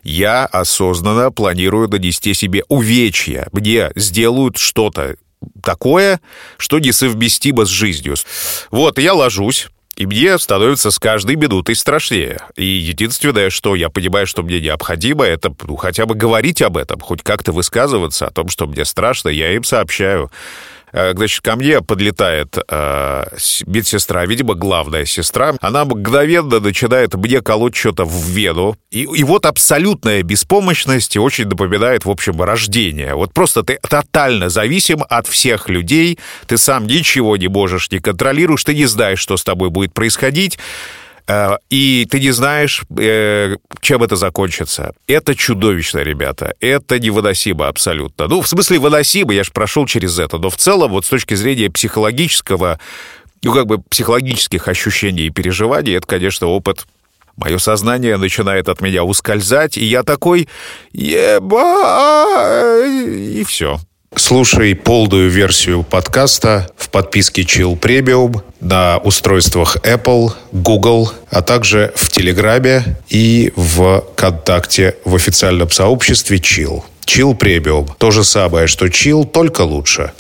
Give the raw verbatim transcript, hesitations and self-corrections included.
я осознанно планирую нанести себе увечья. Мне сделают что-то такое, что несовместимо с жизнью. Вот, я ложусь, и мне становится с каждой минутой страшнее. И единственное, что я понимаю, что мне необходимо, это ну, хотя бы говорить об этом, хоть как-то высказываться о том, что мне страшно, я им сообщаю. Значит, ко мне подлетает э, медсестра, видимо, главная сестра. Она мгновенно начинает мне колоть что-то в вену. И, и вот абсолютная беспомощность очень напоминает, в общем, рождение. Вот просто ты тотально зависим от всех людей. Ты сам ничего не можешь, не контролируешь. Ты не знаешь, что с тобой будет происходить. И ты не знаешь, чем это закончится. Это чудовищно, ребята. Это невыносимо абсолютно. Ну, в смысле, выносимо, я же прошел через это. Но в целом, вот с точки зрения психологического, ну, как бы психологических ощущений и переживаний, это, конечно, опыт. Мое сознание начинает от меня ускользать, и я такой еба, и все. Слушай полную версию подкаста в подписке Chill Premium на устройствах Apple, Google, а также в Телеграме и в ВКонтакте в официальном сообществе Chill. Chill Premium. То же самое, что Chill, только лучше.